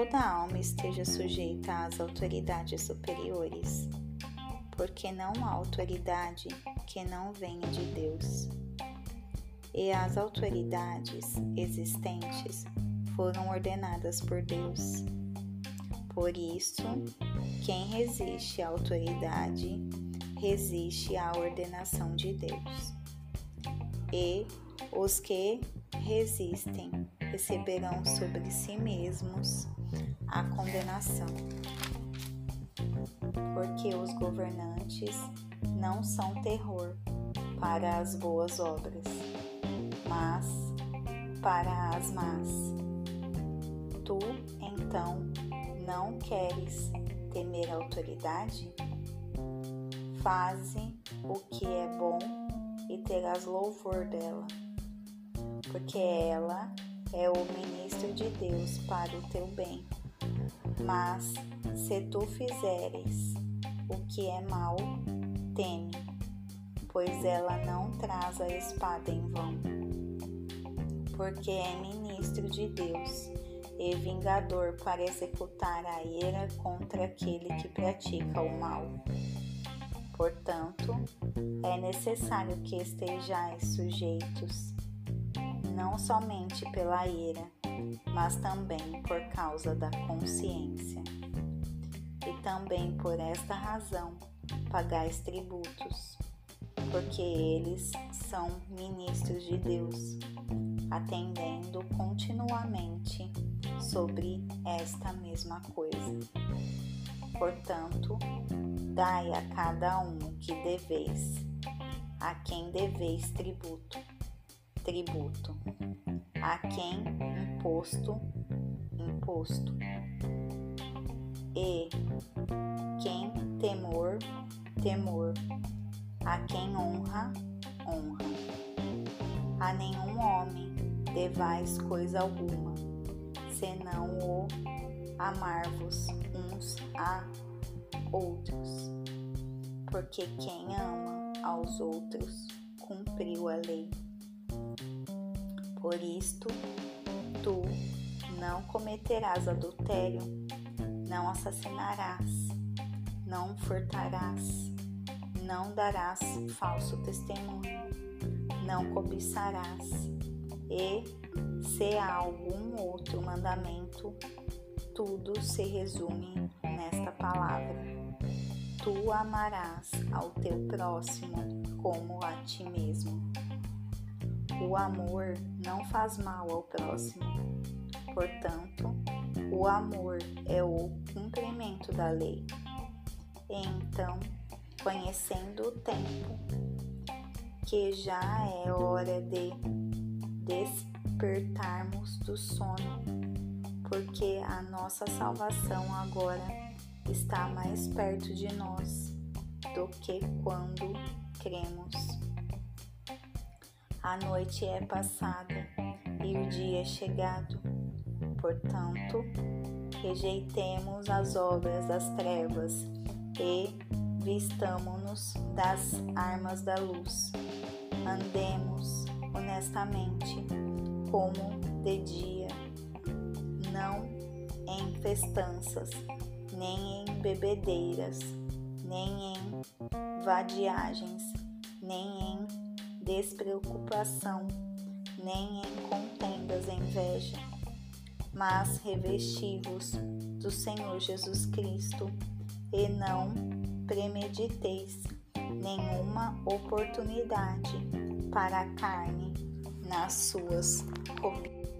toda alma esteja sujeita às autoridades superiores, porque não há autoridade que não venha de Deus. E as autoridades existentes foram ordenadas por Deus. Por isso, quem resiste à autoridade, resiste à ordenação de Deus. E os que resistem receberão sobre si mesmos a condenação. Porque os governantes não são terror para as boas obras, mas para as más. Tu, então, não queres temer a autoridade? Faze o que é bom e terás louvor dela, porque ela é o ministro de Deus para o teu bem. Mas se tu fizeres o que é mal, teme, pois ela não traz a espada em vão, porque é ministro de Deus e vingador para executar a ira contra aquele que pratica o mal. Portanto, é necessário que estejais sujeitos, não somente pela ira, mas também por causa da consciência. E também por esta razão pagais tributos, porque eles são ministros de Deus, atendendo continuamente sobre esta mesma coisa. Portanto, dai a cada um o que deveis, a quem deveis tributo, a quem imposto, e quem temor, a quem honra. A nenhum homem devais coisa alguma, senão o amar-vos uns a outros, porque quem ama aos outros cumpriu a lei. Por isto, tu não cometerás adultério, não assassinarás, não furtarás, não darás falso testemunho, não cobiçarás. E se há algum outro mandamento, tudo se resume nesta palavra: tu amarás ao teu próximo como a ti mesmo. O amor não faz mal ao próximo. Portanto, o amor é o cumprimento da lei. E então, conhecendo o tempo, que já é hora de despertarmos do sono, porque a nossa salvação agora está mais perto de nós do que quando cremos. A noite é passada e o dia é chegado. Portanto, rejeitemos as obras das trevas e vistamo-nos das armas da luz. Andemos honestamente, como de dia, não em festanças, nem em bebedeiras, nem em vadiagens, nem em despreocupação, nem em contendas e inveja, mas revesti-vos do Senhor Jesus Cristo e não premediteis nenhuma oportunidade para a carne nas suas cobiças.